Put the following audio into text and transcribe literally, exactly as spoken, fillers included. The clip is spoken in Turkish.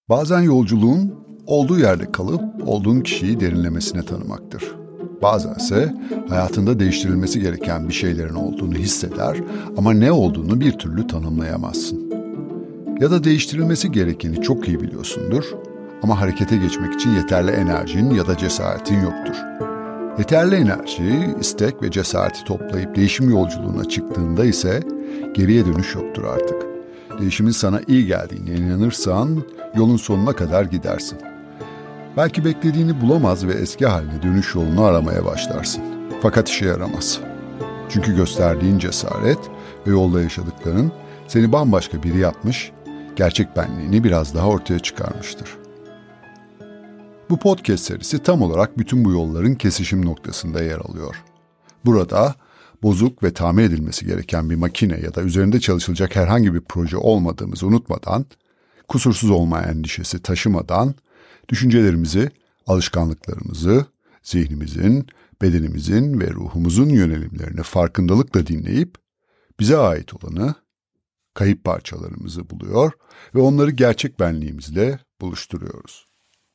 Bazen yolculuğun olduğu yerde kalıp olduğun kişiyi derinlemesine tanımaktır. Bazense hayatında değiştirilmesi gereken bir şeylerin olduğunu hisseder ama ne olduğunu bir türlü tanımlayamazsın. Ya da değiştirilmesi gerekeni çok iyi biliyorsundur ama harekete geçmek için yeterli enerjin ya da cesaretin yoktur. Yeterli enerji, istek ve cesareti toplayıp değişim yolculuğuna çıktığında ise geriye dönüş yoktur artık. Değişimin sana iyi geldiğine inanırsan yolun sonuna kadar gidersin. Belki beklediğini bulamaz ve eski haline dönüş yolunu aramaya başlarsın. Fakat işe yaramaz. Çünkü gösterdiğin cesaret ve yolda yaşadıkların seni bambaşka biri yapmış, gerçek benliğini biraz daha ortaya çıkarmıştır. Bu podcast serisi tam olarak bütün bu yolların kesişim noktasında yer alıyor. Burada bozuk ve tamir edilmesi gereken bir makine ya da üzerinde çalışılacak herhangi bir proje olmadığımızı unutmadan, kusursuz olma endişesi taşımadan, düşüncelerimizi, alışkanlıklarımızı, zihnimizin, bedenimizin ve ruhumuzun yönelimlerini farkındalıkla dinleyip, bize ait olanı, kayıp parçalarımızı buluyor ve onları gerçek benliğimizle buluşturuyoruz.